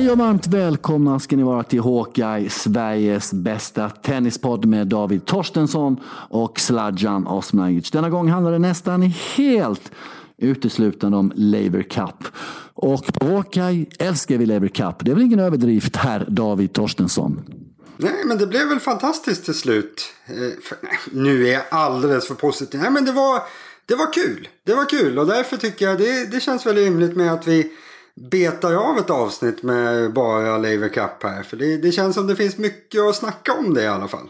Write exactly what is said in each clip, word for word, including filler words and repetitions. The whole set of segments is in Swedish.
Hej och varmt välkomna ska ni vara till Hawkeye, Sveriges bästa tennispodd med David Torstensson och Sladjan Osmanagic. Denna gång handlar det nästan helt uteslutande om Laver Cup. Och på Hawkeye älskar vi Laver Cup. Det är väl ingen överdrift här, David Torstensson? Nej, men det blev väl fantastiskt till slut. Eh, för, nej, nu är jag alldeles för positiv. Nej, men det var, det var kul. Det var kul och därför tycker jag det, det känns väldigt rimligt med att vi betar av ett avsnitt med bara Laver Cup här. För det, det känns som det finns mycket att snacka om det i alla fall.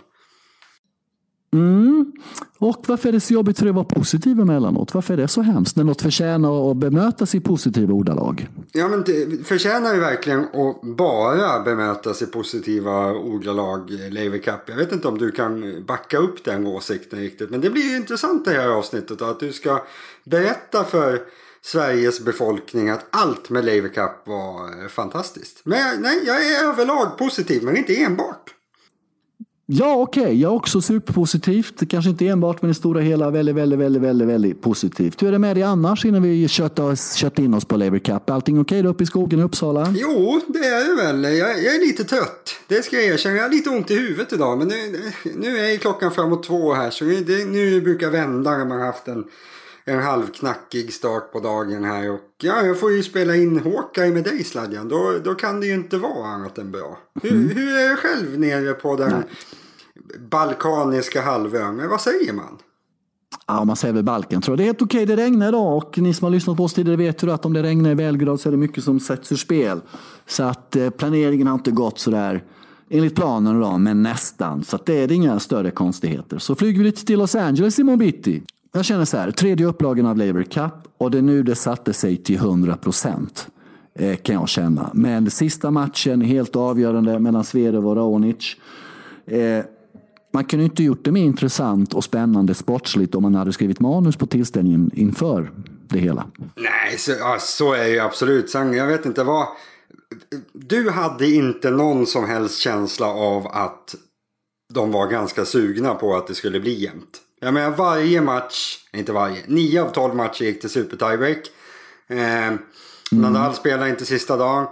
Mm. Och varför är det så jobbigt för att vara positiv emellanåt? Varför är det så hemskt när något förtjänar att bemötas i positiva ordalag? Ja, men det förtjänar ju verkligen att bara bemötas i positiva ordalag, Laver Cup. Jag vet inte om du kan backa upp den åsikten riktigt. Men det blir ju intressant det här avsnittet att du ska berätta för Sveriges befolkning att allt med Laver Cup var fantastiskt. Men nej, jag är överlag positiv, men inte enbart. Ja, okej. Okay. Jag är också superpositivt. Kanske inte enbart, men i stora hela väldigt, väldigt, väldigt, väldigt, väldigt positivt. Hur är det med dig annars innan vi kört, kört in oss på Laver Cup? Allting okej okay, uppe i skogen i Uppsala? Jo, det är det väl. Jag, jag är lite trött. Det ska jag erkänna. Jag har lite ont i huvudet idag. Men nu, nu är klockan framåt två här. Så det, nu brukar vända när man har haft en, en halvknackig start på dagen här. Och ja, jag får ju spela in Hawkeye med dig, Sladjan. Då, då kan det ju inte vara annat än bra. Hur, mm. hur är det själv nere på den... Nej. balkaniska halvön, vad säger man? Ja, man säger väl Balkan tror jag. Det är helt okej, okay. Det regnar idag och ni som har lyssnat på oss tidigare vet ju att om det regnar i Belgrad så är det mycket som sätts ur spel. Så att eh, planeringen har inte gått så där enligt planen då, men nästan. Så att det är inga större konstigheter. Så flyger vi lite till Los Angeles imorgon bitti. Jag känner så här, tredje upplagen av Laver Cup och det är nu det satte sig till hundra procent. Eh, kan jag känna. Men sista matchen helt avgörande mellan Zverev och Raonic. Eh, Man kunde inte gjort det mer intressant och spännande sportsligt om man hade skrivit manus på tillställningen inför det hela. Nej, så, ja, så är ju absolut. Sen, jag vet inte vad... Du hade inte någon som helst känsla av att de var ganska sugna på att det skulle bli jämnt. Jag menar, varje match, inte varje, nio av tolv matcher gick till super tiebreak. Eh, mm. Nadal spelade inte sista dagen.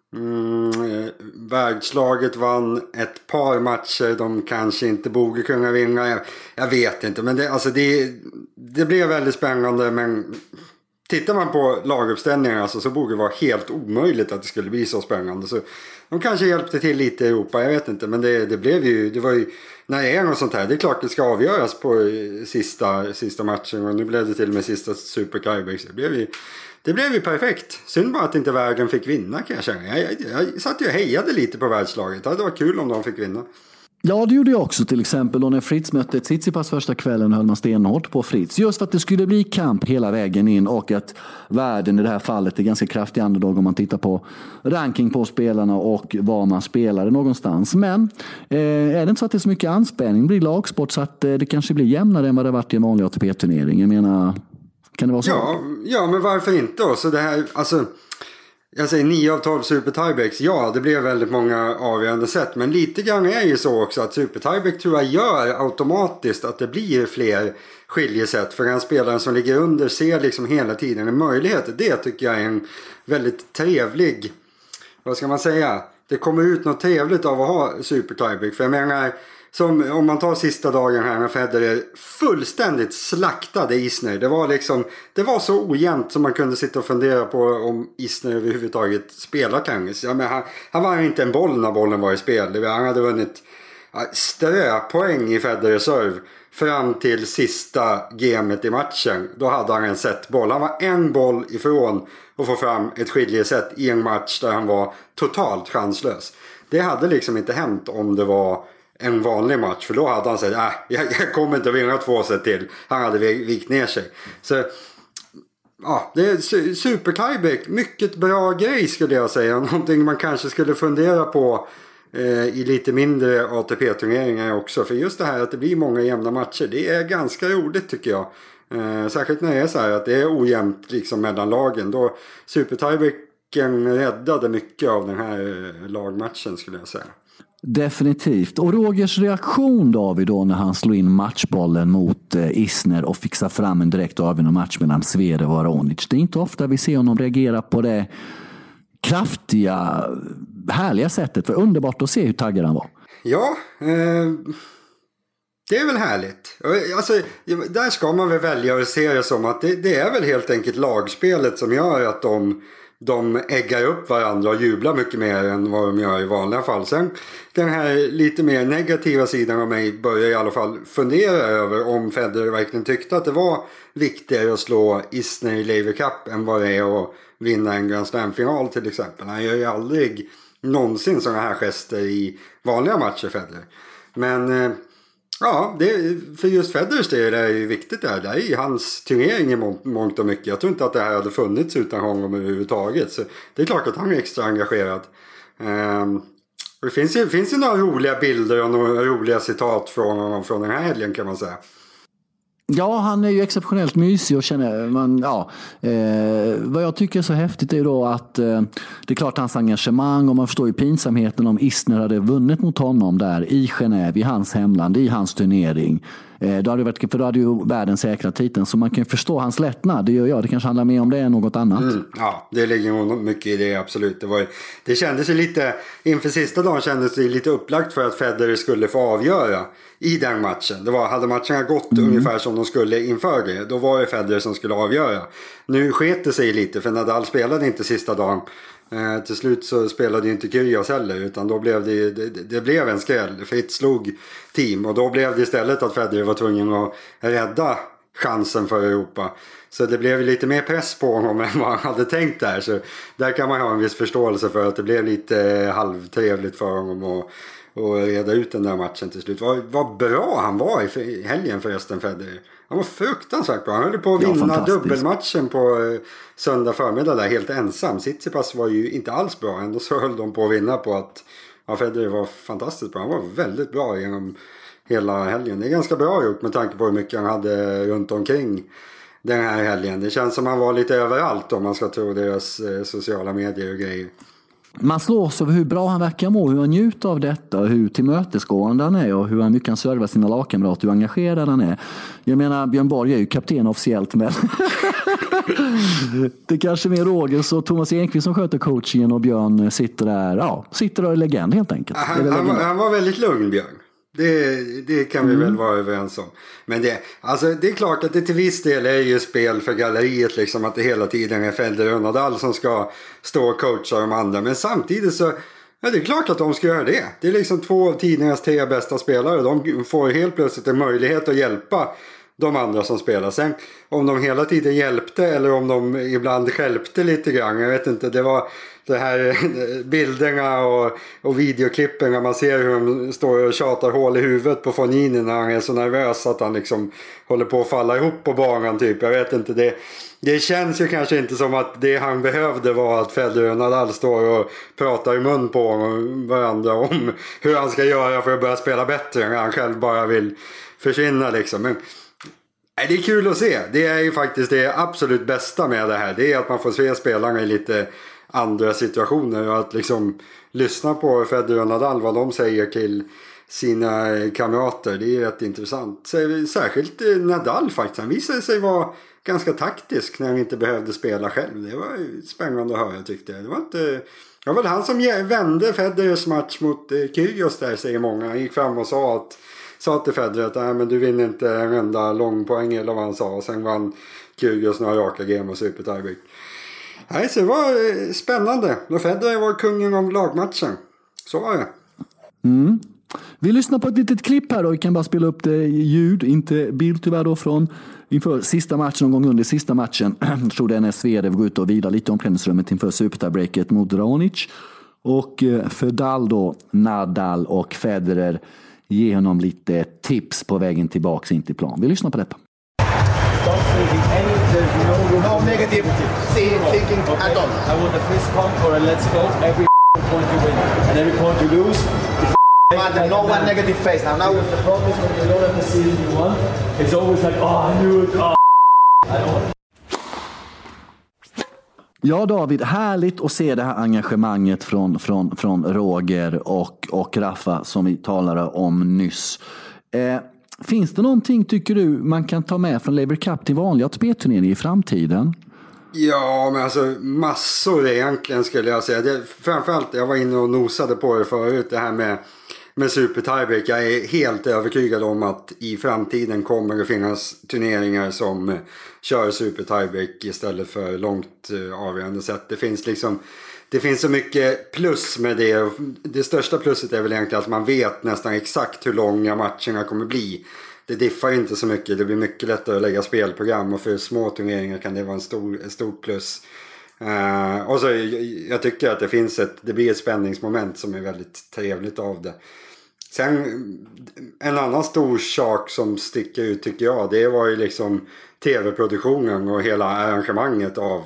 Mm, världslaget vann ett par matcher de kanske inte borde kunna vinna. Jag, jag vet inte, men det, alltså det, det blev väldigt spännande. Men tittar man på laguppställningar alltså, så borde det vara helt omöjligt att det skulle bli så spännande. Så de kanske hjälpte till lite i Europa, jag vet inte. Men det, det blev ju, det var ju, när det är något sånt här, det är klart det ska avgöras på sista, sista matchen. Och nu blev det till och med sista super tiebreak. Det blev ju Det blev ju perfekt. Synd bara att inte världen fick vinna, kan jag känna. Jag, jag, jag satt ju och hejade lite på världslaget. Det var kul om de fick vinna. Ja, det gjorde jag också till exempel. Och när Fritz mötte Tsitsipas första kvällen höll man stenhårt på Fritz. Just för att det skulle bli kamp hela vägen in och att världen i det här fallet är ganska kraftig underdog om man tittar på ranking på spelarna och var man spelade någonstans. Men eh, är det inte så att det är så mycket anspänning, blir lagsport så att eh, det kanske blir jämnare än vad det varit i en vanlig A T P-turnering. Jag menar... Kan det vara så? Ja, ja, men varför inte då? Så det här, alltså, jag säger nio av tolv super tiebreaks. Ja, det blev väldigt många avgörande sätt. Men lite grann är ju så också att super tiebreak tror jag gör automatiskt att det blir fler skiljesätt. För den spelaren som ligger under ser liksom hela tiden en möjlighet. Det tycker jag är en väldigt trevlig, vad ska man säga? Det kommer ut något trevligt av att ha super tiebreak. För jag menar... Som om man tar sista dagen här när Federer fullständigt slaktade Isner. Det var liksom, det var så ojämnt som man kunde sitta och fundera på om Isner överhuvudtaget spelar tennis. Ja, men han, han var inte en boll när bollen var i spel. Han hade vunnit ströpoäng i Federers serve fram till sista gamet i matchen. Då hade han en setboll. Han var en boll ifrån att få fram ett skiljeset i en match där han var totalt chanslös. Det hade liksom inte hänt om det var en vanlig match, för då hade han sagt äh, jag, jag kommer inte att vinna två set till. Han hade vikt ner sig. Så ja, det är super tiebreak. Mycket bra grej skulle jag säga. Någonting man kanske skulle fundera på eh, i lite mindre A T P-turneringar också. För just det här att det blir många jämna matcher, det är ganska roligt tycker jag. Eh, särskilt när det är så här att det är ojämnt liksom mellan lagen. Då super tiebreaken räddade mycket av den här lagmatchen skulle jag säga. Definitivt. Och Rogers reaktion David då när han slog in matchbollen mot Isner och fixade fram en direkt avgörande match mellan Zverev och Raonic. Det är inte ofta vi ser honom reagera på det kraftiga, härliga sättet. För underbart att se hur taggad han var. Ja, eh, det är väl härligt. Alltså, där ska man väl välja att se det som att det, det är väl helt enkelt lagspelet som gör att de, de äggar upp varandra och jublar mycket mer än vad de gör i vanliga fall. Sen den här lite mer negativa sidan av mig börjar i alla fall fundera över om Federer verkligen tyckte att det var viktigare att slå Isner i Laver Cup än vad det är att vinna en Grand Slam-final till exempel. Han gör ju aldrig någonsin sådana här gester i vanliga matcher, Federer. Men ja, det, för just Federers del är det ju viktigt där. Det är ju hans turnering i må- mångt och mycket. Jag tror inte att det här hade funnits utan honom överhuvudtaget. Så det är klart att han är extra engagerad. Um, det finns ju, finns ju några roliga bilder och några roliga citat från honom från den här helgen kan man säga. Ja, han är ju exceptionellt mysig och känner man, ja, eh, vad jag tycker är så häftigt är då att eh, det är klart hans engagemang och man förstår ju pinsamheten om Isner hade vunnit mot honom där i Genève, i hans hemland, i hans turnering. Eh, då hade det varit, för då hade ju världen säkrat titeln, så man kan ju förstå hans lättnad, det gör jag, det kanske handlar mer om det än något annat. Mm, ja, det ligger nog mycket i det, absolut. Det, var, det kändes ju lite, inför sista dagen kändes det lite upplagt för att Federer skulle få avgöra i den matchen. Det var, hade matcherna gått mm. ungefär som de skulle inför det, då var det Federer som skulle avgöra. Nu sket det sig lite för Nadal spelade inte sista dagen. Eh, till slut så spelade ju inte Kyrgios heller, utan då blev det, det, det blev en skräll. Fritt slog team och då blev det istället att Federer var tvungen att rädda chansen för Europa. Så det blev lite mer press på honom än vad han hade tänkt där. Så där kan man ha en viss förståelse för att det blev lite halvtrevligt för honom och och reda ut den där matchen till slut. Vad, vad bra han var i helgen förresten, Federer. Han var fruktansvärt bra. Han höll på att vinna ja, dubbelmatchen på eh, söndag förmiddag där helt ensam. Tsitsipas var ju inte alls bra. Ändå så höll de på att vinna på att ja, Federer var fantastiskt bra. Han var väldigt bra genom hela helgen. Det är ganska bra gjort med tanke på hur mycket han hade runt omkring den här helgen. Det känns som han var lite överallt om man ska tro deras eh, sociala medier och grejer. Man slås över hur bra han verkar må, hur han njuter av detta, hur tillmötesgående han är och hur han mycket kan serva sina lagkamrater, hur engagerad han är. Jag menar, Björn Borg är ju kapten officiellt, men det kanske är mer Rogers och Thomas Enqvist som sköter coachingen och Björn sitter där, ja, sitter där i legend helt enkelt. Han, han, var, han var väldigt lugn, Björn. Det, det kan vi mm. väl vara överens om. Men det, alltså, det är klart att det till viss del är ju spel för galleriet. Liksom, att det hela tiden är Federer och Nadal som ska stå och coacha de andra. Men samtidigt så ja, det är klart att de ska göra det. Det är liksom två av tidernas tre bästa spelare. De får helt plötsligt en möjlighet att hjälpa de andra som spelar. Sen om de hela tiden hjälpte eller om de ibland hjälpte lite grann. Jag vet inte, det var det här bilderna och, och videoklippen när man ser hur de står och tjatar hål i huvudet på Fognini när han är så nervös att han liksom håller på att falla ihop på banan typ. Jag vet inte, det, det känns ju kanske inte som att det han behövde var att Federer och Nadal står och pratar i mun på varandra om hur han ska göra för att börja spela bättre när han själv bara vill försvinna liksom. Men det är kul att se. Det är ju faktiskt det absolut bästa med det här. Det är att man får se spelarna i lite andra situationer och att liksom lyssna på Federer och Nadal vad de säger till sina kamrater. Det är rätt intressant. Särskilt Nadal faktiskt. Han visade sig vara ganska taktisk när han inte behövde spela själv. Det var spännande att höra tyckte jag. Det var inte... Det var väl han som vände Federers match mot Kyrgios där, säger många. Han gick fram och sa att sa till Federer att nej, men du vinner inte en enda långpoäng eller vad han sa. Och sen vann Kyrgios några raka game och super tiebreak. Nej, så det var spännande. Då Federer var kungen av lagmatchen. Så var det. Mm. Vi lyssnar på ett litet klipp här då. Vi kan bara spela upp det ljud, inte bild tyvärr då, från inför sista matchen, någon gång under sista matchen. Jag tror det är när Zverev går ut och vilar lite om omklädningsrummet inför supertiebreaket mot Raonic. Och för Dal då, Nadal och Federer ge honom lite tips på vägen tillbaka in till plan. Vi lyssnar på detta. Stop thinking any, there's no, no negative thinking at all. I want a fist pump or a let's go. Every point you win and every point you lose. Man, no one negative face. Now, now the problem is when you don't have the season you want, it's always like, oh, I knew it. Oh, I don't. Ja, David, härligt att se det här engagemanget från, från, från Roger och, och Rafa som vi talade om nyss. Eh, finns det någonting, tycker du, man kan ta med från Laver Cup till vanliga A T P-turneringar i framtiden? Ja, men alltså massor egentligen skulle jag säga. Det, framförallt, jag var inne och nosade på det förut, det här med, med Super Tiebreak. Jag är helt övertygad om att i framtiden kommer det finnas turneringar som kör Super Tiebreak istället för långt avgörande sätt. Det finns liksom... Det finns så mycket plus med det. Det största pluset är väl egentligen att man vet nästan exakt hur långa matcherna kommer bli. Det diffar inte så mycket. Det blir mycket lättare att lägga spelprogram. Och för små turneringar kan det vara en stor, en stor plus. Uh, och så jag tycker att det finns ett... Det blir ett spänningsmoment som är väldigt trevligt av det. Sen en annan stor sak som sticker ut tycker jag. Det var ju liksom tv-produktionen och hela arrangemanget av...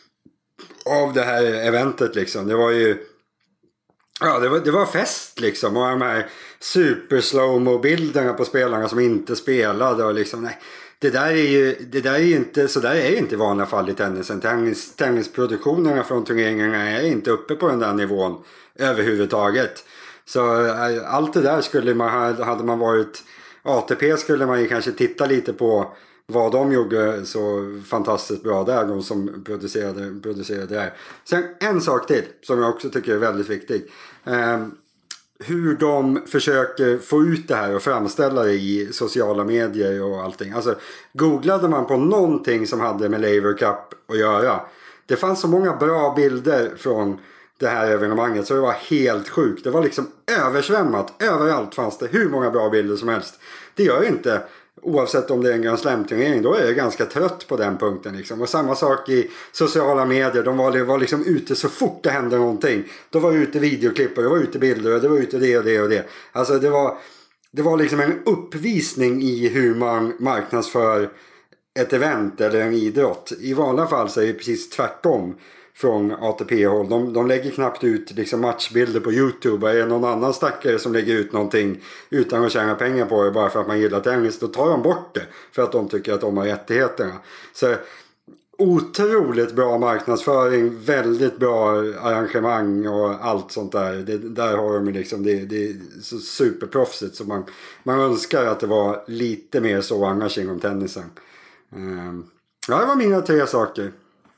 av det här eventet liksom. Det var ju ja, det var, det var fest liksom. Och de här super slow-mo bilderna på spelarna som inte spelade och liksom, nej. Det där är ju, det där är ju inte, så där är ju inte i vanliga fall i tennisen. Tennis, tennisproduktionerna från turneringarna är inte uppe på den där nivån överhuvudtaget. Så äh, allt det där skulle man, hade man varit A T P skulle man ju kanske titta lite på vad de gjorde så fantastiskt bra där, de som producerade, producerade det här. Sen en sak till som jag också tycker är väldigt viktig. Eh, hur de försöker få ut det här och framställa det i sociala medier och allting. Alltså, googlade man på någonting som hade med Laver Cup att göra. Det fanns så många bra bilder från det här evenemanget så det var helt sjukt. Det var liksom översvämmat. Överallt fanns det hur många bra bilder som helst. Det gör inte... Oavsett om det är en Grand Slam-turnering, då är jag ganska trött på den punkten. Liksom. Och samma sak i sociala medier. De var, var liksom ute så fort det hände någonting. Då var det ute videoklipp och det var ute bilder och det var ute det och det och det. Alltså det var, det var liksom en uppvisning i hur man marknadsför ett event eller en idrott. I vanliga fall så är det precis tvärtom från A T P-håll. De, de lägger knappt ut liksom matchbilder på YouTube. Och är det någon annan stackare som lägger ut någonting utan att tjäna pengar på det bara för att man gillar tennis, då tar de bort det för att de tycker att de har rättigheterna. Så otroligt bra marknadsföring, väldigt bra arrangemang och allt sånt där. Det, där har de liksom, det, det är så superproffsigt så man, man önskar att det var lite mer så annars inom tennisen. Um, ja, det var mina tre saker.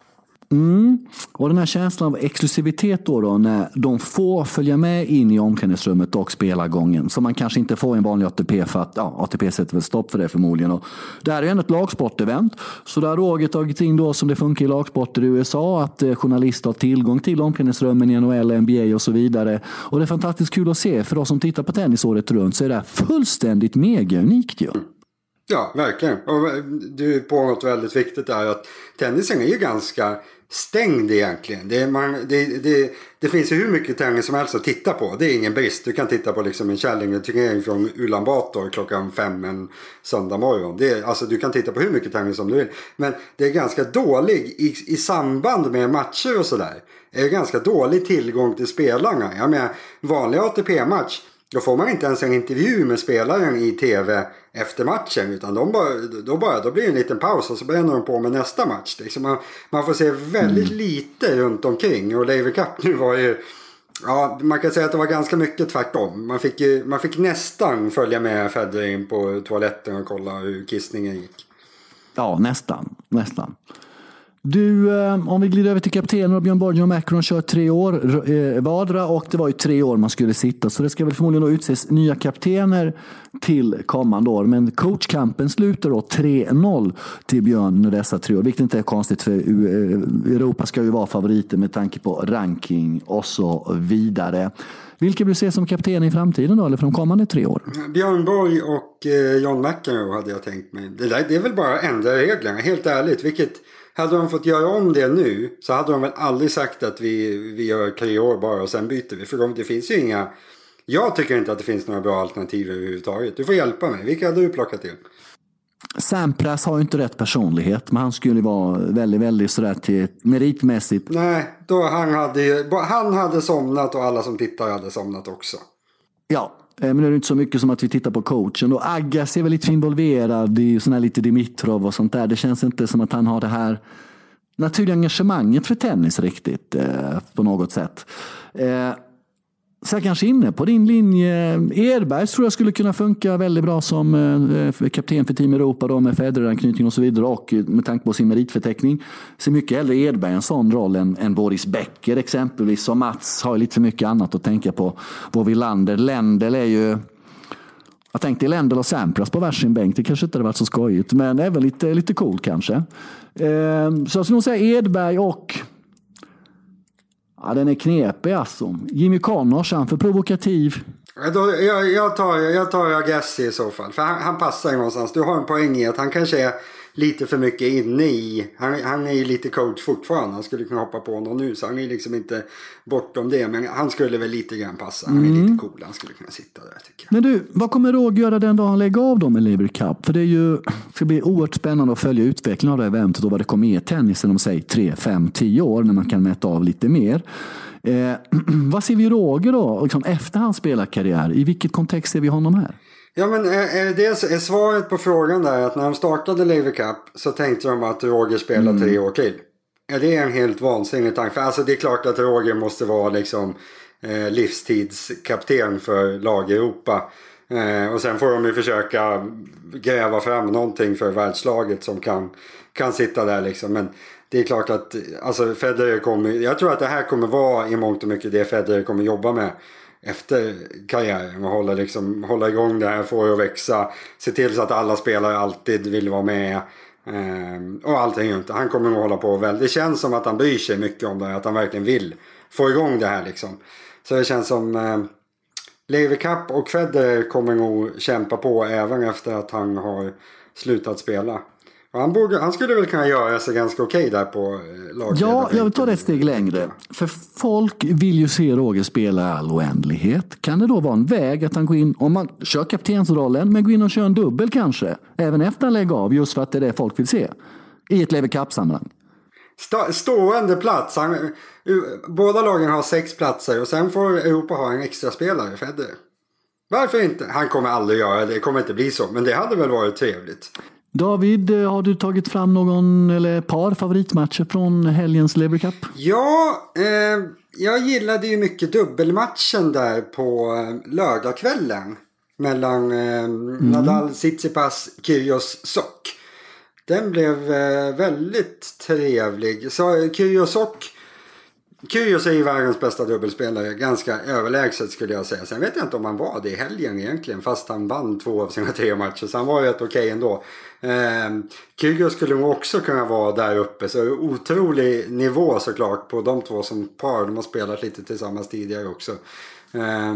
Mm. Och den här känslan av exklusivitet då, då när de får följa med in i omklädningsrummet och spela gången som man kanske inte får i en vanlig A T P för att ja, A T P sätter väl stopp för det förmodligen. Och det här är ju ett lagsportevent så där har Roger tagit in då som det funkar i lagsporter i U S A att eh, journalister har tillgång till omklädningsrummen i N H L, N B A och så vidare. Och det är fantastiskt kul att se för de som tittar på tennis året runt så är det här fullständigt mega unikt ju. Ja. Ja, verkligen. Och du är på något väldigt viktigt där att tennisen är ju ganska stängd egentligen. Det, är man, det, det, det finns ju hur mycket tennis som helst att titta på. Det är ingen brist. Du kan titta på liksom en Challenger-turnering från Ulan Bator klockan fem en söndag morgon. Det är, alltså, du kan titta på hur mycket tennis som du vill. Men det är ganska dålig i, i samband med matcher och sådär. Det är ganska dålig tillgång till spelarna. Jag menar, vanlig A T P-match då får man inte ens en intervju med spelaren i tv efter matchen. Utan de bara, då, bara, då blir det en liten paus och så bränner de på med nästa match. Liksom man, man får se väldigt mm. lite runt omkring. Och Laver Cup nu var ju... Ja, man kan säga att det var ganska mycket tvärtom. Man fick, ju, man fick nästan följa med Federer in på toaletten och kolla hur kissningen gick. Ja, nästan. Nästan. Du, om vi glider över till kaptenen och Björn Borg och Macron kör tre år eh, vardera och det var ju tre år man skulle sitta så det ska väl förmodligen då utses nya kaptener till kommande år men coachkampen slutar då tre noll till Björn när dessa tre år, vilket inte är konstigt för Europa ska ju vara favoriter med tanke på ranking och så vidare. Vilka vill se som kapten i framtiden då eller för de kommande tre år? Björn Borg och eh, John McEnroe hade jag tänkt mig. Det, där, det är väl bara att ändra reglerna, helt ärligt, vilket hade de fått göra om det nu så hade de väl aldrig sagt att vi, vi gör tre år bara och sen byter vi. För de, det finns ju inga... Jag tycker inte att det finns några bra alternativ överhuvudtaget. Du får hjälpa mig. Vilka hade du plockat till? Sampras har ju inte rätt personlighet men han skulle vara väldigt, väldigt sådär till meritmässigt. Nej, då han hade, han hade somnat och alla som tittar hade somnat också. Ja. Men det är inte så mycket som att vi tittar på coachen. Och Agassi är väl lite involverad i sån här lite Dimitrov och sånt där. Det känns inte som att han har det här naturliga engagemanget för tennis riktigt eh, på något sätt. Eh, Så jag kanske inne på din linje. Edberg tror jag skulle kunna funka väldigt bra som eh, kapten för Team Europa då, med Federer-anknytning och så vidare, och med tanke på sin meritförteckning ser mycket hellre Edberg en sån roll än, än Boris Becker exempelvis, som Mats har lite för mycket annat att tänka på. Vår Wilander, Lendl är ju, jag tänkte Lendl och Sampras på varsin bänk, det kanske inte hade varit så skojigt, men även lite, lite cool kanske. Eh, så jag skulle nog säga Edberg och ja, den är knepig alltså. Jimmy Connors, han för provokativ. Jag, jag, jag tar, jag tar Agassi i så fall. För han, han passar ju någonstans. Du har en poäng i att han kanske är lite för mycket inne i. Han, han är ju lite coach fortfarande. Han skulle kunna hoppa på någon nu. Så han är liksom inte bortom det. Men han skulle väl lite grann passa. Han är mm. lite cool. Han skulle kunna sitta där tycker jag. Men du, vad kommer Roger göra den dag han lägger av dem i Laver Cup? För det är ju, det ska bli oerhört spännande att följa utvecklingen av det eventet och vad det kommer ge tennisen om säg tre, fem, tio år när man kan mäta av lite mer. Eh, vad ser vi Roger då liksom efter hans spelarkarriär? I vilket kontext ser vi honom här? Ja, men är det är svaret på frågan där att när de startade Laver Cup så tänkte de att Roger spelar mm. tre år till. Är det en helt vansinnig tanke? För alltså det är klart att Roger måste vara liksom eh, livstidskapten för lag i Europa. Eh, och sen får de ju försöka gräva fram någonting för världslaget som kan, kan sitta där liksom. Men det är klart att alltså Federer kommer, jag tror att det här kommer vara i mångt och mycket det Federer kommer jobba med efter karriären och hålla, liksom, hålla igång det här, få det att växa, se till så att alla spelare alltid vill vara med ehm, och allting runt. Han kommer nog hålla på väl. Det känns som att han bryr sig mycket om det, att han verkligen vill få igång det här liksom. Så det känns som eh, Laver Cup och Federer kommer nog kämpa på även efter att han har slutat spela. Han, borde, han skulle väl kunna göra sig ganska okej okay där på laget. Ja, jag vill ta det ett steg längre. För folk vill ju se Roger spela i all oändlighet. Kan det då vara en väg att han går in, om man kör kaptensrollen, men går in och kör en dubbel kanske, även efter han lägger av, just för att det är det folk vill se i ett Laver Cup-sammanhang? Stå, stående plats. Han, båda lagen har sex platser och sen får Europa ha en extra spelare, Federer. Varför inte? Han kommer aldrig göra det, det kommer inte bli så, men det hade väl varit trevligt. David, har du tagit fram någon eller ett par favoritmatcher från helgens Laver Cup? Ja, eh, jag gillade ju mycket dubbelmatchen där på lördagskvällen mellan eh, mm. Nadal, Tsitsipas, Kyrgios, Sock. Den blev eh, väldigt trevlig. Så Kyrgios, Sock, Kyrgios är ju världens bästa dubbelspelare, ganska överlägset skulle jag säga. Sen vet jag inte om han var det i helgen egentligen, fast han vann två av sina tre matcher, så han var ju rätt okej okay ändå. Eh, Kyrgios skulle nog också kunna vara där uppe, så otrolig nivå såklart på de två som par. De har spelat lite tillsammans tidigare också. Eh,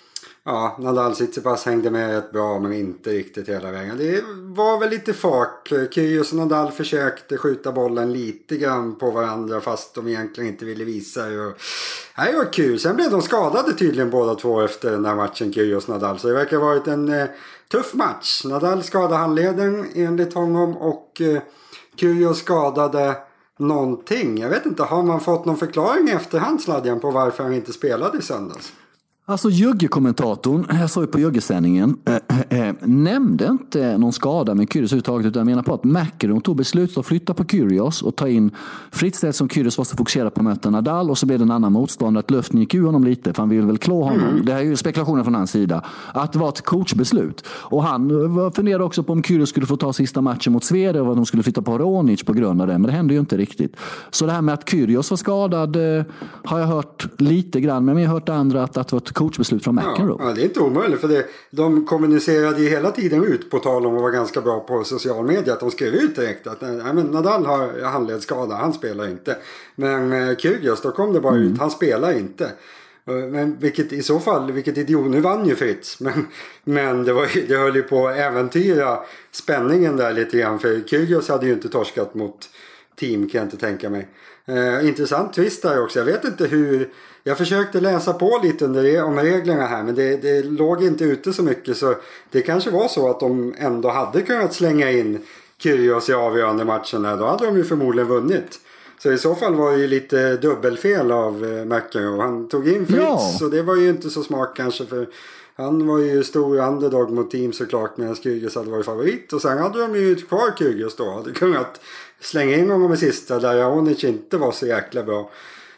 ja, Nadal Tsitsipas hängde med rätt bra, men inte riktigt hela vägen. Det var väl lite fart. Kyrgios och Nadal försökte skjuta bollen lite grann på varandra, fast de egentligen inte ville visa. Och det var kul. Sen blev de skadade tydligen båda två efter den här matchen, Kyrgios och Nadal. Så det verkar ha varit en eh, tuff match. Nadal skadade handleden enligt honom och eh, Kyrgios skadade någonting. Jag vet inte, har man fått någon förklaring i efterhand, Sladjan, på varför han inte spelade i söndags? Alltså Jögge-kommentatorn, jag sa ju på Jögge-sändningen, äh, äh, nämnde inte någon skada med Kyrgios överhuvudtaget, utan menar på att McEnroe tog beslut att flytta på Kyrgios och ta in Fritzstedt som Kyrgios var så fokuserad på att möta Nadal, och så blev det en annan motståndare, att luften gick ur honom lite för han vill väl klå honom. Mm. Det här är ju spekulationen från hans sida, att det var ett coachbeslut. Och han funderade också på om Kyrgios skulle få ta sista matchen mot Sverige och att de skulle flytta på Ronic på grund av det, men det hände ju inte riktigt. Så det här med att Kyrgios var skadad eh, har jag hört lite grann, men jag har hört andra att, att det var ett coachbeslut från McEnroe. Ja, ja, det är inte omöjligt, för det, de kommunicerade ju hela tiden ut, på tal om att vara ganska bra på social media, att de skrev ut direkt att nej, men Nadal har handledsskada, han spelar inte. Men eh, Kyrgios, då kom det bara mm. ut, han spelar inte. Men vilket i så fall, vilket idiot, nu vann ju Fritz, men, men det, var, det höll ju på att äventyra spänningen där lite grann, för Kyrgios hade ju inte torskat mot team, kan jag inte tänka mig. Eh, intressant twist där också, jag vet inte hur. Jag försökte läsa på lite under det, om reglerna här, men det, det låg inte ute så mycket, så det kanske var så att de ändå hade kunnat slänga in Kyrgios i avgörande matchen där, då hade de ju förmodligen vunnit. Så i så fall var det ju lite dubbelfel av eh, McEnroe. Han tog in Fritz, ja. Så det var ju inte så smart kanske, för han var ju stor underdog mot team såklart, medan Kyrgios hade varit favorit. Och sen hade de ju kvar Kyrgios då, hade kunnat slänga in honom med sista där Ronic inte var så jäkla bra.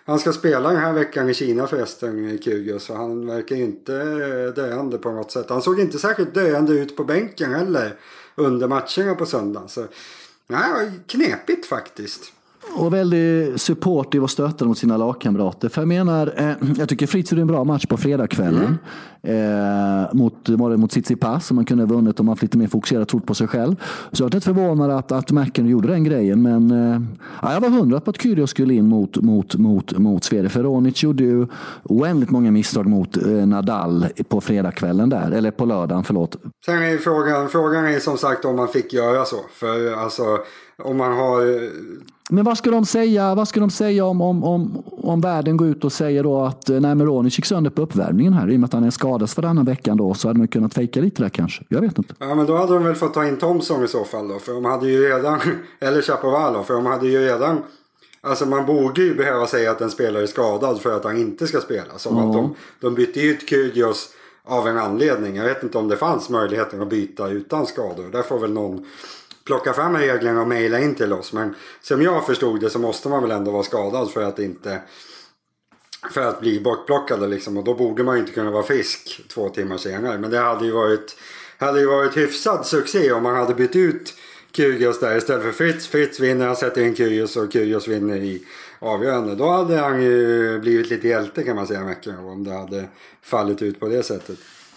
Han ska spela den här veckan i Kina förresten, Kyrgios, så han verkar inte döende på något sätt. Han såg inte särskilt döende ut på bänken heller under matcherna på söndag. Så nej, knepigt faktiskt. Och väldigt supportive och stöttande mot sina lagkamrater. För jag menar, eh, jag tycker Fritz gjorde en bra match på fredagskvällen. Mm. Eh, mot, mot Tsitsipas som man kunde ha vunnit om man haft lite mer fokuserat trott på sig själv. Så jag var inte förvånad att, att McEnroe gjorde den grejen. Men eh, ja, jag var hundra på att Kyrgios skulle in mot, mot, mot, mot Sverige. För Raonic gjorde ju oändligt många misstag mot eh, Nadal på fredagskvällen där. Eller på lördagen, förlåt. Sen är frågan, frågan är som sagt om man fick göra så. För alltså, om man har... Men vad ska de säga, vad ska de säga om, om, om, om världen går ut och säger då att nej, Raonic gick sönder på uppvärmningen här i och med att han är skadad för denna veckan då, så hade man kunnat fejka lite där kanske. Jag vet inte. Ja, men då hade de väl fått ta in Thompson i så fall då, för de hade ju redan, eller Chapovalov, för de hade ju redan, alltså man borde ju behöva säga att en spelare är skadad för att han inte ska spela. Som mm. att de, de bytte ut Kyrgios av en anledning. Jag vet inte om det fanns möjligheten att byta utan skador. Där får väl någon plocka fram reglerna och mejla in till oss. Men som jag förstod det så måste man väl ändå vara skadad för att inte för att bli bortplockade liksom. Och då borde man ju inte kunna vara frisk två timmar senare. Men det hade ju varit hade ju varit hyfsad succé om man hade bytt ut Kyrgios där istället för Fritz. Fritz vinner, han sätter in Kyrgios och Kyrgios vinner i avgörande. Då hade han ju blivit lite hjälte kan man säga mycket om det hade fallit ut på det sättet.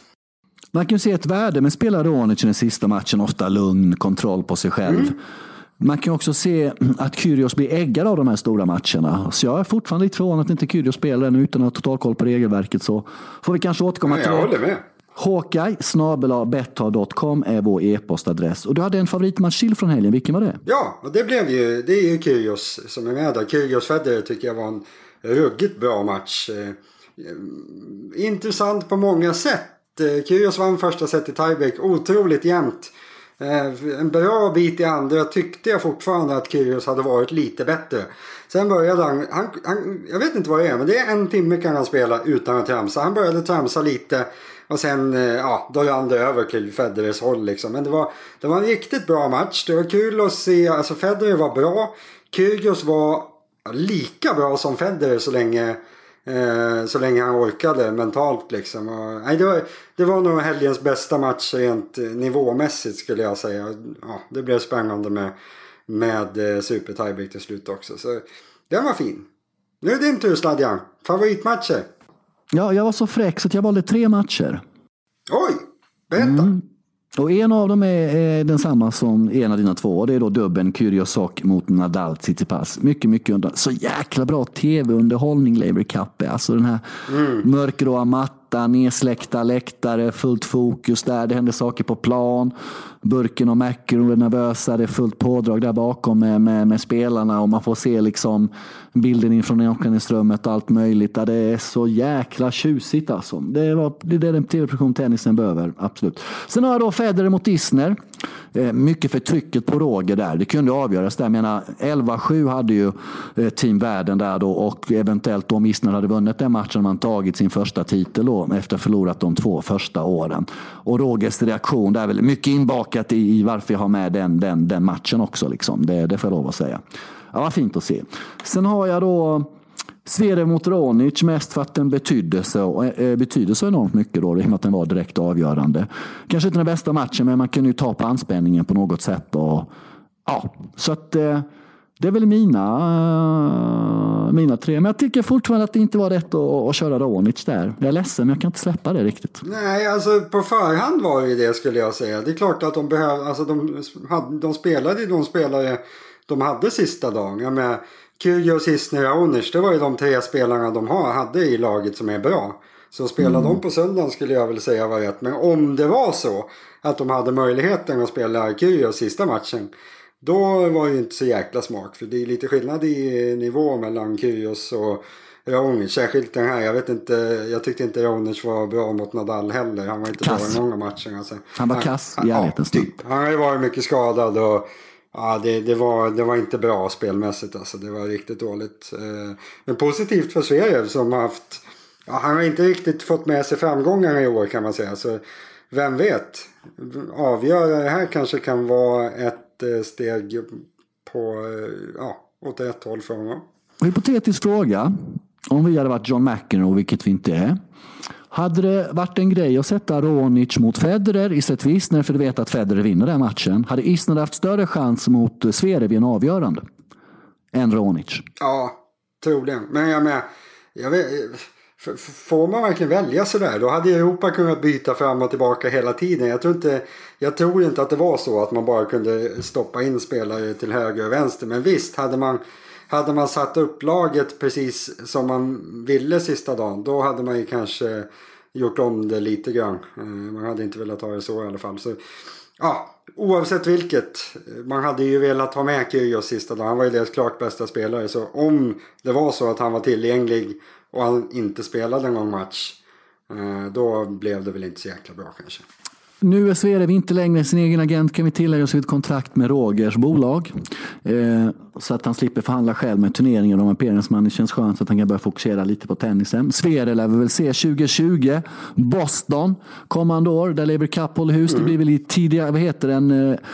Man kan ju se ett värde med spelar Raonic i den sista matchen, ofta lugn, kontroll på sig själv. Mm. Man kan också se att Kyrgios blir äggad av de här stora matcherna. Så jag är fortfarande lite förvånad att inte Kyrgios spelar den utan att ha totalkoll på regelverket. Så får vi kanske återkomma till det. Jag håller med. Hawkeye snabel-a betthard dot com är vår e-postadress. Och du hade en favoritmatch till från helgen. Vilken var det? Ja, och det blev ju, det är ju Kyrgios som är med där. Kyrgios Federer tycker jag var en ruggigt bra match. Eh, intressant på många sätt. Kyrgios vann första set i tiebreak, otroligt jämnt. Eh, en bra bit i andra tyckte jag fortfarande att Kyrgios hade varit lite bättre. Sen började han, han, han, jag vet inte vad det är, men det är en timme kan han spela utan att tramsa. Han började tramsa lite och sen, eh, ja, då rann det över till Federers håll liksom. Men det var, det var en riktigt bra match. Det var kul att se, alltså Federer var bra. Kyrgios var lika bra som Federer så länge Eh, så länge han orkade mentalt liksom. Och, nej, det, var, det var nog helgens bästa match rent nivåmässigt skulle jag säga. Ja, det blev spännande med, med eh, super tiebreak till slut också. Så den var fin. Nu är det din tur, Sladjan. Favoritmatcher? Ja, jag var så fräck så att jag valde tre matcher. Oj, berätta. Mm. Och en av dem är, är densamma som en av dina två. Och det är då dubben Kyrgios mot Nadal Tsitsipas. Mycket, mycket under. Så jäkla bra tv-underhållning Laver Cup. Alltså den här mm. mörkgråa mattan, nedsläckta läktare, fullt fokus där. Det händer saker på plan. Burken och McEnroe är nervösa. Det är fullt pådrag där bakom med, med, med spelarna. Och man får se liksom bilden in från omklädningsrummet och allt möjligt. Där det är så jäkla tjusigt alltså. Det, var, det är den tv-produktion tennisen behöver, absolut. Sen har jag då Federer mot Isner. Eh, mycket för trycket på Roger där. Det kunde avgöras där. Jag menar, elva sju hade ju eh, Team Världen där då. Och eventuellt om Isner hade vunnit den matchen man tagit sin första titel då. Efter förlorat de två första åren. Och Rogers reaktion där är väl mycket inbakat i, i varför jag har med den, den, den matchen också. Liksom. Det, det får jag lov att säga. Ja, vad fint att se. Sen har jag då Zverev mot Raonic, mest för att den betydde så, äh, betydde så enormt mycket då, i och med att den var direkt avgörande. Kanske inte den bästa matchen, men man kunde ju ta på anspänningen på något sätt. Och, ja, så att äh, det är väl mina, äh, mina tre. Men jag tycker fortfarande att det inte var rätt att, att köra Raonic där. Jag är ledsen, men jag kan inte släppa det riktigt. Nej, alltså på förhand var det det skulle jag säga. Det är klart att de behöver, alltså de, hade, de spelade de spelare de hade sista dagen. Jag menar, Kyrgios, Isner, Raonic, det var ju de tre spelarna de har, hade i laget som är bra. Så spela mm. de på söndagen skulle jag väl säga var rätt. Men om det var så att de hade möjligheten att spela Kyrgios sista matchen, då var det inte så jäkla smart. För det är lite skillnad i nivå mellan Kyrgios och Raonic. Särskilt den här, jag vet inte, jag tyckte inte Raonic var bra mot Nadal heller. Han var inte kass. Bra i många matcher. Alltså. Han var kass i ärlighetens ja, typ. Han har ju varit mycket skadad och ja, det, det, var, det var inte bra spelmässigt. Alltså. Det var riktigt dåligt. Men positivt för Sverige som har haft, ja, han har inte riktigt fått med sig framgångar i år kan man säga. Så vem vet, avgöra det här kanske kan vara ett steg på, ja, åt ett håll för honom. Hypotetisk fråga. Om vi hade varit John McEnroe, vilket vi inte är. Hade det varit en grej att sätta Raonic mot Federer istället för Isner, för du vet att Federer vinner den matchen. Hade Isner haft större chans mot Zverev i en avgörande än Raonic? Ja, troligen. Men jag menar, jag vet, får man verkligen välja sådär? Då hade Europa kunnat byta fram och tillbaka hela tiden. Jag tror inte, jag tror inte att det var så att man bara kunde stoppa in spelare till höger och vänster. Men visst, hade man, hade man satt upp laget precis som man ville sista dagen, då hade man ju kanske gjort om det lite grann. Man hade inte velat ha det så i alla fall. Så, ja, oavsett vilket, man hade ju velat ha med Kyrgios sista dagen. Han var ju deras klart bästa spelare. Så om det var så att han var tillgänglig och han inte spelade en gång match, då blev det väl inte så jäkla bra kanske. Nu är Zverev inte längre sin egen agent, kan vi tillägga, så ett kontrakt med Rogers bolag. Eh, så att han slipper förhandla själv med turneringar och med Perensman. Det känns skönt att han kan börja fokusera lite på tennisen. Zverev lär vi väl se tjugo tjugo. Boston kommande år, där Laver Cup håller hus. Mm. Det blir väl i tidigare, vad heter den?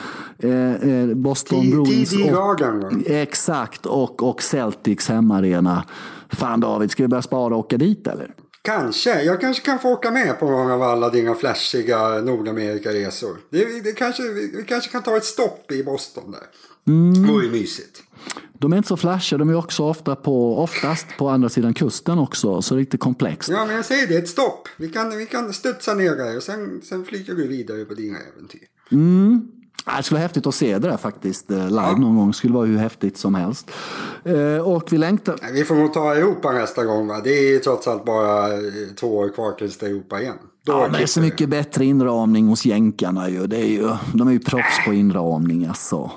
Eh, eh, Boston T- Bruins. Och, exakt, och, och Celtics hemmaarena. Fan David, ska vi börja spara och åka dit eller? Kanske, jag kanske kan få åka med på många av alla dina flashiga Nordamerika-resor. Det, det kanske, vi kanske kan ta ett stopp i Boston där. Mm. Det vore ju mysigt. De är inte så flashiga, de är också ofta på, oftast på andra sidan kusten också, så det är lite komplext. Ja, men jag säger det, ett stopp. Vi kan, vi kan studsa ner där och sen, sen flyger du vidare på dina äventyr. Mm. Det skulle vara häftigt att se det där faktiskt live ja. någon gång. Det skulle vara hur häftigt som helst. Eh, och vi längtar... Nej, vi får nog ta Europa nästa gång, va? Det är ju trots allt bara två år kvar tills Europa igen. Då ja, men det är så mycket det. Bättre inramning hos jänkarna ju. Det är ju. De är ju proffs på inramning alltså.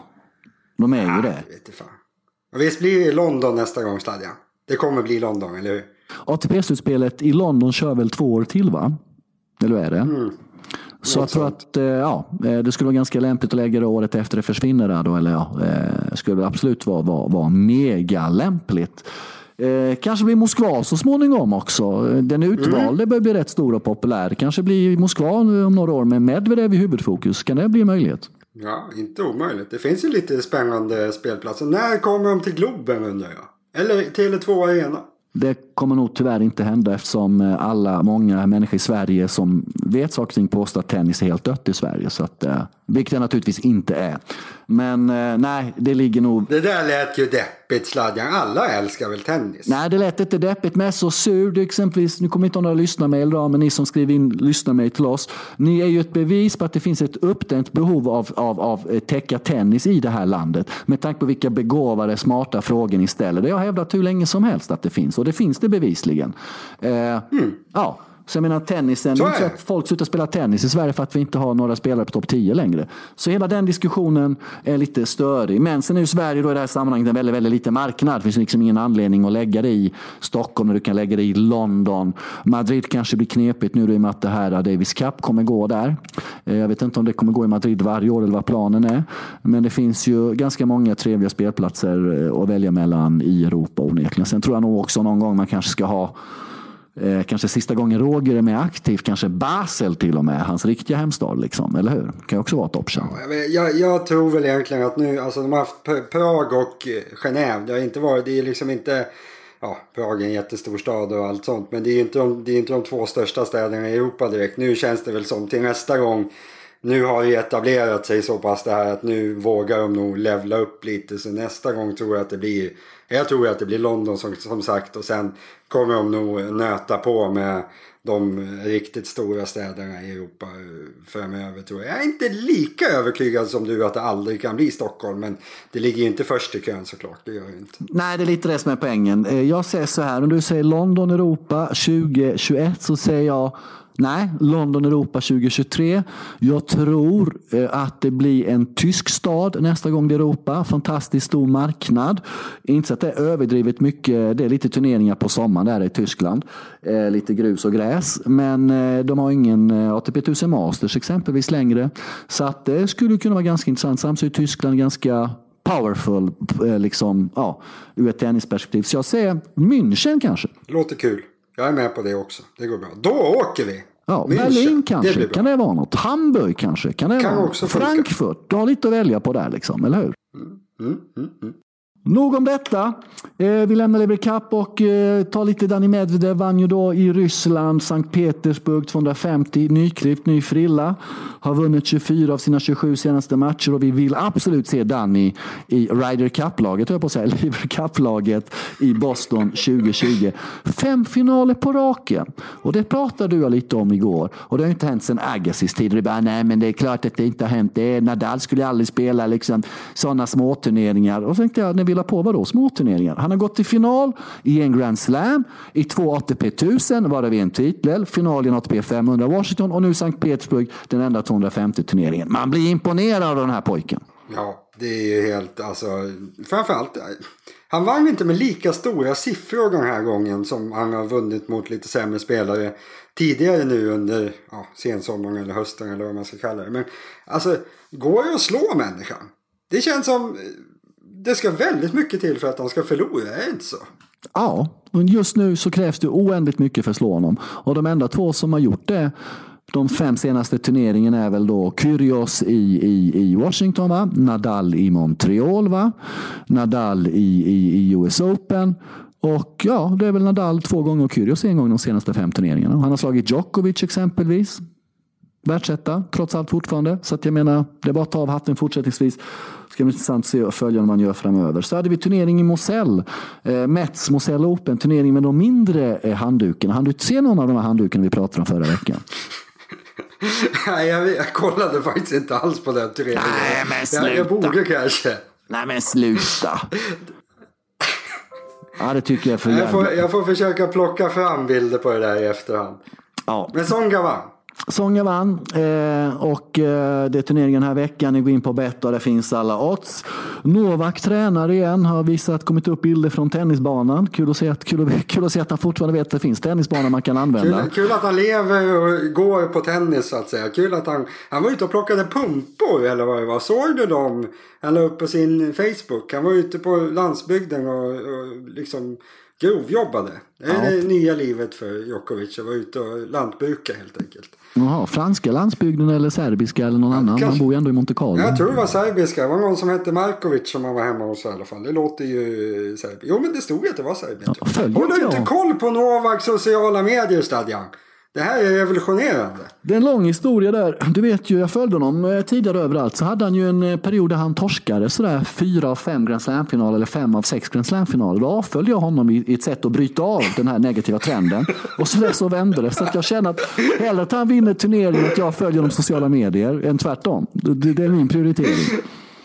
De är ja, ju det. Vet fan. Och visst blir det London nästa gång, Stadja? Det kommer bli London, eller hur? A T P-slutspelet i London kör väl två år till, va? Eller är det? Mm. Så jag tror att ja, det skulle vara ganska lämpligt att lägga det året efter det försvinner där då, eller ja, det skulle absolut vara, vara, vara mega lämpligt. Eh, kanske blir Moskva så småningom också. Den utvalde mm. bör bli rätt stor och populär. Kanske blir Moskva om några år med Medvedev i huvudfokus. Kan det bli möjligt? Ja, inte omöjligt. Det finns ju lite spännande spelplatser. När kommer de till Globen undrar jag? Eller Tele två Arena? Det kommer nog tyvärr inte hända eftersom alla, många människor i Sverige som vet saker och ting påstår att tennis är helt dött i Sverige. Så att, vilket det naturligtvis inte är. Men nej, det ligger nog... Det där lät ju deppigt, Sladjan. Alla älskar väl tennis? Nej, det lät inte deppigt, men så sur. Det exempelvis, nu kommer inte några lyssnarmail då, men ni som skriver in lyssnarmail till oss. Ni är ju ett bevis på att det finns ett uppdämt behov av, av, av täcka tennis i det här landet. Med tanke på vilka begåvade, smarta frågor ni ställer. Det har jag hävdat hur länge som helst att det finns. Och det finns det bevisligen. Eh, mm. Ja. Så jag menar tennisen, det är inte att folk slutar spela tennis i Sverige för att vi inte har några spelare på topp tio längre. Så hela den diskussionen är lite störig. Men sen är ju Sverige då i det här sammanhanget en väldigt, väldigt liten marknad. Det finns liksom ingen anledning att lägga det i Stockholm när du kan lägga det i London. Madrid kanske blir knepigt nu då i och med att det här Davis Cup kommer gå där. Jag vet inte om det kommer gå i Madrid varje år eller vad planen är. Men det finns ju ganska många trevliga spelplatser att välja mellan i Europa onekligen. Sen tror jag nog också någon gång man kanske ska ha Eh, kanske sista gången Roger är med aktivt, kanske Basel till och med, hans riktiga hemstad liksom, eller hur? Kan också vara ett option. Ja, jag, jag tror väl egentligen att nu, alltså de har haft Prag och Genève, det har inte varit, det är liksom inte, ja, Prag är en jättestor stad och allt sånt, men det är ju inte de, det är inte de två största städerna i Europa direkt. Nu känns det väl som till nästa gång, nu har ju etablerat sig så pass det här att nu vågar de nog levla upp lite, så nästa gång tror jag att det blir, jag tror att det blir London som, som sagt, och sen kommer de nog nöta på med de riktigt stora städerna i Europa framöver, tror jag. Jag är inte lika övertygad som du att det aldrig kan bli Stockholm, men det ligger ju inte först i kön såklart, det gör det inte. Nej, det är lite det som är poängen. Jag säger så här, om du säger London, Europa tjugo tjugoett, så säger jag nej, London, Europa tjugo tjugotre. Jag tror att det blir en tysk stad nästa gång i Europa. Fantastiskt stor marknad. Inte så att det är överdrivet mycket. Det är lite turneringar på sommaren där i Tyskland. Eh, lite grus och gräs. Men eh, de har ingen A T P tusen Masters exempelvis längre. Så att det skulle kunna vara ganska intressant. Samtidigt är Tyskland ganska powerful eh, liksom, ja, ur ett tennisperspektiv. Så jag säger München kanske. Låter kul. Jag är med på det också. Det går bra. Då åker vi. Ja, München. Berlin kanske. Det kan det vara något? Hamburg kanske. Kan det kan vara också Frankfurt. Du har lite att välja på där liksom, eller hur? Mm, mm, mm, mm. Nog om detta. Eh, vi lämnar Lever Cup och eh, tar lite Dani Medvedev. Vann ju då i Ryssland, Sankt Petersburg tvåhundrafemtio. Nyklippt, ny frilla. Har vunnit tjugofyra av sina tjugosju senaste matcher. Och vi vill absolut se Dani i Ryder Cup-laget. Jag på att säga Lever Cup-laget i Boston tjugo tjugo. Fem finaler på raken. Och det pratade du lite om igår. Och det har inte hänt sedan Agassiz tid. Det är bara, nej men det är klart att det inte har hänt. Det är, Nadal skulle aldrig spela liksom sådana små turneringar. Och så tänkte jag, när vi la på vadå små turneringar? Han har gått till final i en Grand Slam, i två A T P tusen, var det vid en titel, final i en A T P femhundra Washington och nu Sankt Petersburg, den enda tvåhundrafemtio turneringen. Man blir imponerad av den här pojken. Ja, det är ju helt, alltså, framförallt, han vann inte med lika stora siffror den här gången som han har vunnit mot lite sämre spelare tidigare nu under ja, sensommaren eller hösten eller vad man ska kalla det. Men alltså, går det att slå människan? Det känns som det ska väldigt mycket till för att han ska förlora, är det inte så? Ja, och just nu så krävs det oändligt mycket för att slå honom. Och de enda två som har gjort det de fem senaste turneringen är väl då Kyrgios i, i, i Washington, va? Nadal i Montreal, va? Nadal i, i, i U S Open. Och ja, det är väl Nadal två gånger och Kyrgios en gång de senaste fem turneringarna. Han har slagit Djokovic exempelvis. Världsetta, trots allt fortfarande. Så att jag menar, det är bara att ta av hatten fortsättningsvis. Ska bli intressant att se och följa vad man gör framöver. Så hade vi turnering i Moselle. Eh, Mets Moselle Open. Turnering med de mindre eh, handdukarna. Han du se någon av de här handdukarna vi pratade om förra veckan? Nej, jag, jag kollade faktiskt inte alls på den turneringen. Nej, men sluta. Jag, jag borde kanske. Nej, men sluta. Ja, det tycker jag är för jag får, jag får försöka plocka fram bilder på det där i efterhand. Ja. Men Tsonga vann. Tsonga vann eh, och eh, det är turneringen den här veckan. Ni går in på bet och det finns alla odds. Novak tränar igen, har visat, kommit upp bilder från tennisbanan. Kul att se att, kul, kul att, se att han fortfarande vet att det finns tennisbanor man kan använda. Kul, kul att han lever och går på tennis så att säga. Kul att han, han var ute och plockade pumpor eller vad det var. Såg du dem? Han la upp på sin Facebook. Han var ute på landsbygden och, och liksom grovjobbade. Det är ja. Det nya livet för Djokovic att vara ute och lantbruka helt enkelt. Jaha, franska landsbygden eller serbiska eller någon ja, annan? Kanske, han bor ju ändå i Monte Carlo. Jag tror det var serbiska. Det var någon som hette Markovic som han var hemma hos i alla fall. Det låter ju Serbien. Jo, men det stod att det var Serbien. Ja, har du inte koll på Novaks sociala medier, Stadjan? Det här är revolutionerande. Det är en lång historia där. Du vet ju, jag följde honom tidigare överallt. Så hade han ju en period där han torskade sådär fyra av fem Grand Slam-finaler eller fem av sex Grand Slam-finaler. Då avföljde jag honom i ett sätt att bryta av den här negativa trenden. Och så, så vände det. Så att jag känner att hellre att han vinner turneringen att jag följer de sociala medier än tvärtom. Det, det är min prioritering.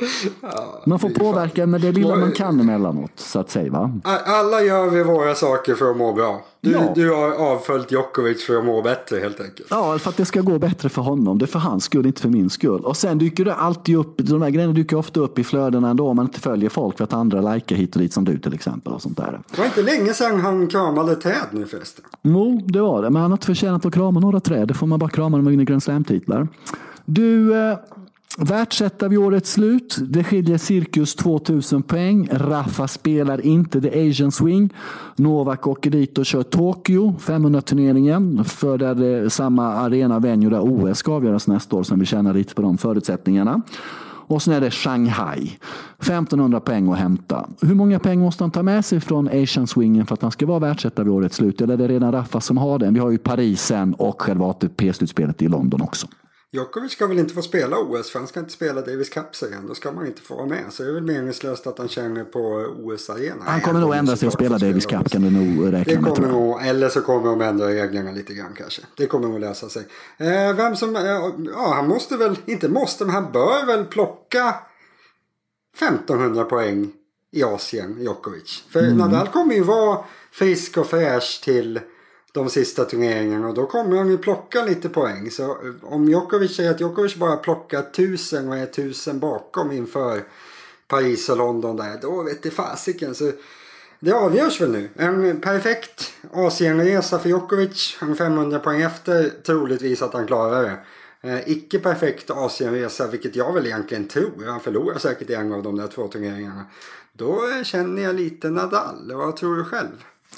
Ja, man får påverka med det lilla man kan emellanåt, så att säga, va? Alla gör vi våra saker för att må bra. Du, ja. du har avföljt Djokovic för att må bättre helt enkelt. Ja, för att det ska gå bättre för honom. Det är för hans skull, inte för min skull. Och sen dyker det alltid upp, de här grejerna dyker ofta upp i flödena ändå om man inte följer folk för att andra likar hit och dit som du till exempel och sånt där. Det var inte länge sedan han kramade träd nu förresten. Jo, det var det. Men han har inte förtjänat att krama några träd. Det får man bara krama när man vinner Grand Slam-titlar. Du... Eh... Världsetta vid årets slut. Det skiljer cirkus tvåtusen poäng. Rafa spelar inte The Asian Swing. Novak åker dit och kör Tokyo femhundra-turneringen. För där det är samma arena venue där O S ska avgöras nästa år. Som vi känner lite på de förutsättningarna. Och sen är det Shanghai. femtonhundra poäng att hämta. Hur många poäng måste han ta med sig från Asian Swingen för att han ska vara världsetta vid årets slut? Eller är det redan Rafa som har den? Vi har ju Parisen och själva A T P-slutspelet i London också. Djokovic ska väl inte få spela O S för han ska inte spela Davis Cup igen. Då ska man inte få vara med. Så det är väl meningslöst att han känner på O S-arenan. Han kommer nog ändra sig och spela Davis Cup kan du nog räkna med. Det kommer nog, eller så kommer de ändra reglerna lite grann kanske. Det kommer nog lösa sig. Eh, vem som, eh, ja han måste väl, inte måste men han bör väl plocka femtonhundra poäng i Asien, Djokovic. För mm. Nadal kommer ju vara frisk och fräsch till de sista turneringarna och då kommer han ju plocka lite poäng. Så om Djokovic säger att Djokovic bara plockar tusen och är tusen bakom inför Paris och London där, då vet det fasiken. Så det avgörs väl nu. En perfekt Asienresa för Djokovic. Han femhundra poäng efter, troligtvis att han klarar det. Eh, icke perfekt Asienresa, vilket jag väl egentligen tror. Han förlorar säkert i en av de där två turneringarna. Då känner jag lite Nadal. Vad tror du själv?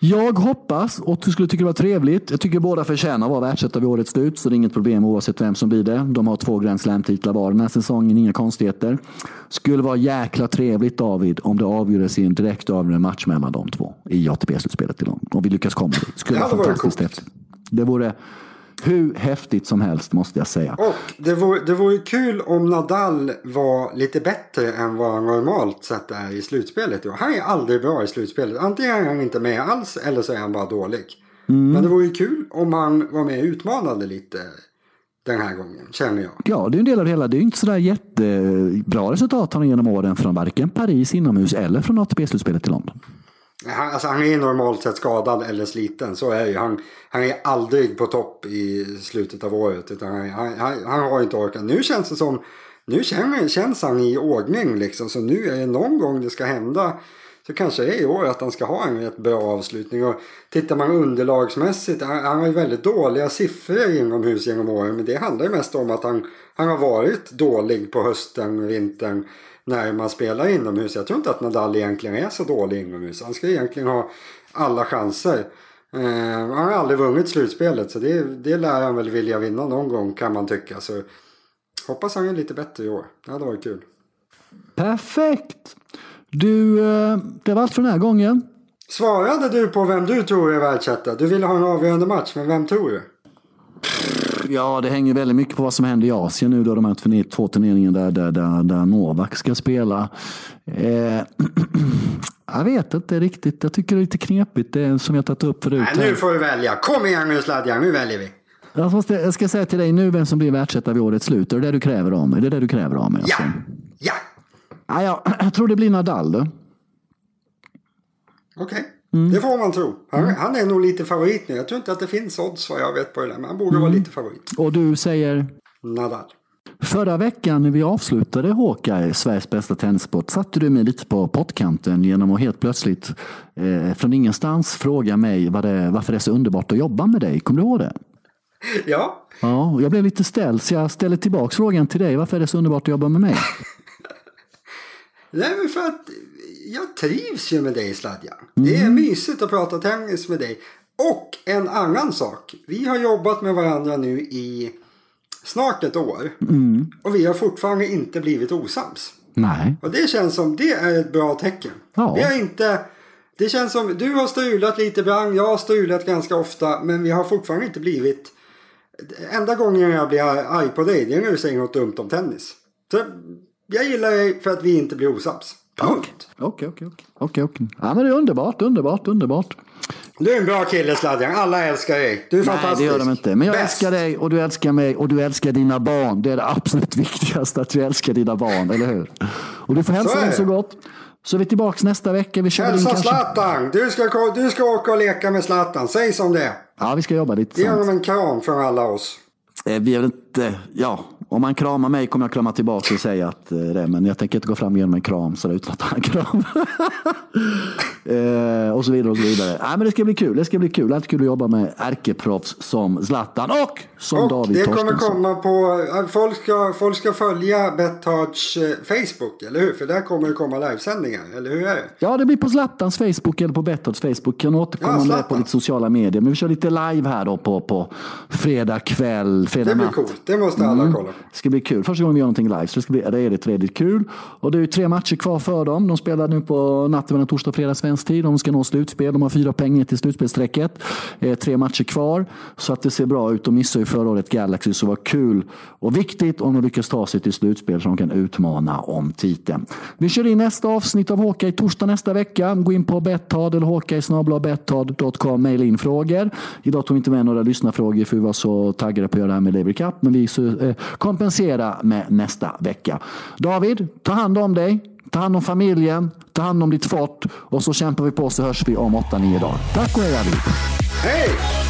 Jag hoppas, och du skulle tycka det var trevligt. Jag tycker båda förtjänar att vara världsetta vid årets slut, så det är inget problem oavsett vem som blir det. De har två Grand Slam-titlar var den här säsongen, inga konstigheter. Skulle vara jäkla trevligt, David, om det avgjordes i en direkt avgörande match mellan de två i A T P-slutspelet till dem. Om vi lyckas komma dit. Skulle vara fantastiskt häftigt. Det vore hur häftigt som helst, måste jag säga. Och det vore, det vore kul om Nadal var lite bättre än vad han normalt sett är i slutspelet. Han är aldrig bra i slutspelet. Antingen är han inte med alls eller så är han bara dålig. Mm. Men det vore kul om han var med och utmanade lite den här gången, känner jag. Ja, det är en del av det hela. Det är inte sådär jättebra resultat han genom åren från varken Paris inomhus eller från A T P-slutspelet till London. Han, alltså han är normalt sett skadad eller sliten, så är ju han. Han är aldrig på topp i slutet av året, utan han, han, han har inte orkat. Nu känns det som, nu känner, känns han i ordning liksom, så nu är det någon gång det ska hända, så kanske det är i år att han ska ha en rätt bra avslutning. Och tittar man underlagsmässigt, han, han har ju väldigt dåliga siffror inomhus genom åren, men det handlar ju mest om att han, han har varit dålig på hösten och vintern när man spelar inomhus. Jag tror inte att Nadal egentligen är så dålig inomhus. Han ska egentligen ha alla chanser. Eh, han har aldrig vunnit slutspelet, så det, det lär han väl vilja vinna någon gång, kan man tycka. Så hoppas han är lite bättre i år. Det hade varit kul. Perfekt! Du, det var allt för den här gången. Svarade du på vem du tror är världsetta? Du ville ha en avgörande match, men vem tror du? Ja, det hänger väldigt mycket på vad som händer i Asien nu då, de här två turneringarna där, där, där, där Novak ska spela. Eh, jag vet inte riktigt. Jag tycker det är lite knepigt, det är som jag tagit upp förut. Nej, nu får du välja. Kom igen nu, Sladjan, nu väljer vi. Jag, måste, jag ska säga till dig nu vem som blir världsetta vid årets slut. Är det det du kräver av mig? Är det det du kräver av mig? Ja, alltså? ja. Ja, ja, jag tror det blir Nadal då. Okej, okay. mm. Det får man tro. Han, mm. han är nog lite favorit nu. Jag tror inte att det finns odds vad jag vet på det där, men han borde mm. vara lite favorit. Och du säger? Nadal. Förra veckan när vi avslutade Hawkeye, Sveriges bästa tennissport, satte du mig lite på pottkanten genom att helt plötsligt eh, från ingenstans fråga mig vad det, varför det är så underbart att jobba med dig. Kommer du ihåg det? Ja. Ja, jag blev lite ställd, så jag ställer tillbaka frågan till dig. Varför är det så underbart att jobba med mig? Nej, men för att jag trivs ju med dig, Sladjan. Mm. Det är mysigt att prata tennis med dig. Och en annan sak. Vi har jobbat med varandra nu i snart ett år. Mm. Och vi har fortfarande inte blivit osams. Nej. Och det känns som, det är ett bra tecken. Ja. Vi har inte, det känns som, du har strulat lite ibland, jag har strulat ganska ofta. Men vi har fortfarande inte blivit, enda gången jag blir arg på dig, det är när du säger något dumt om tennis. Så jag gillar dig för att vi inte blir osams. Punkt. Okej, okej, okej. okej. Ja, men det är underbart, underbart, underbart. Du är en bra kille, Sladjan. Alla älskar dig. Du är Nej, fantastisk. Nej, det gör de inte. Men jag Bäst. älskar dig och du älskar mig och du älskar dina barn. Det är det absolut viktigaste, att du älskar dina barn, eller hur? Och du får hälsa dem så gott. Så är vi tillbaka nästa vecka. Vi kör Hälsa in kanske... Zlatan. Du ska, du ska åka och leka med Zlatan. Säg som det. Ja, vi ska jobba lite. Ge honom en kram från alla oss. Eh, vi är inte... Ja, om man kramar mig kommer jag kramma tillbaka och säga att eh, det. Men jag tänker inte gå fram genom en kram så utan att ha en kram. eh, och så vidare och så vidare. Nej, men det ska bli kul. Det ska bli kul. Allt kul att jobba med ärkeproffs som Zlatan och som och David det Torstensson. kommer komma på... Folk ska, folk ska följa Betthard's Facebook, eller hur? För där kommer det komma livesändningar, eller hur är det? Ja, det blir på Zlatans Facebook eller på Bethards Facebook. Kan återkomma ja, med på lite sociala medier. Men vi kör lite live här då på, på fredag kväll, fredag det blir natt. Coolt. Det måste alla mm. kolla på. Det ska bli kul. Första gången vi gör någonting live, så det ska bli redigt, redigt kul. Och det är ju tre matcher kvar för dem. De spelar nu på natten mellan torsdag och fredag svensk tid. De ska nå slutspel. De har fyra poäng till slutspelsträcket. Eh, tre matcher kvar. Så att det ser bra ut. De missar ju förra året Galaxy, så var kul och viktigt om de lyckas ta sig till slutspel så de kan utmana om titeln. Vi kör in nästa avsnitt av Hawkeye torsdag nästa vecka. Gå in på Betthard eller Hawkeye snabel-a betthard punkt com. Maila in frågor. Idag tog vi inte med några lyssnarfrågor för vi var så taggade på att göra det här med Lever Cup. Men vi så, eh, kompensera med nästa vecka. David, ta hand om dig. Ta hand om familjen. Ta hand om ditt fort. Och så kämpar vi på, så hörs vi om åtta nio dagar. Tack och hej, David. Hej!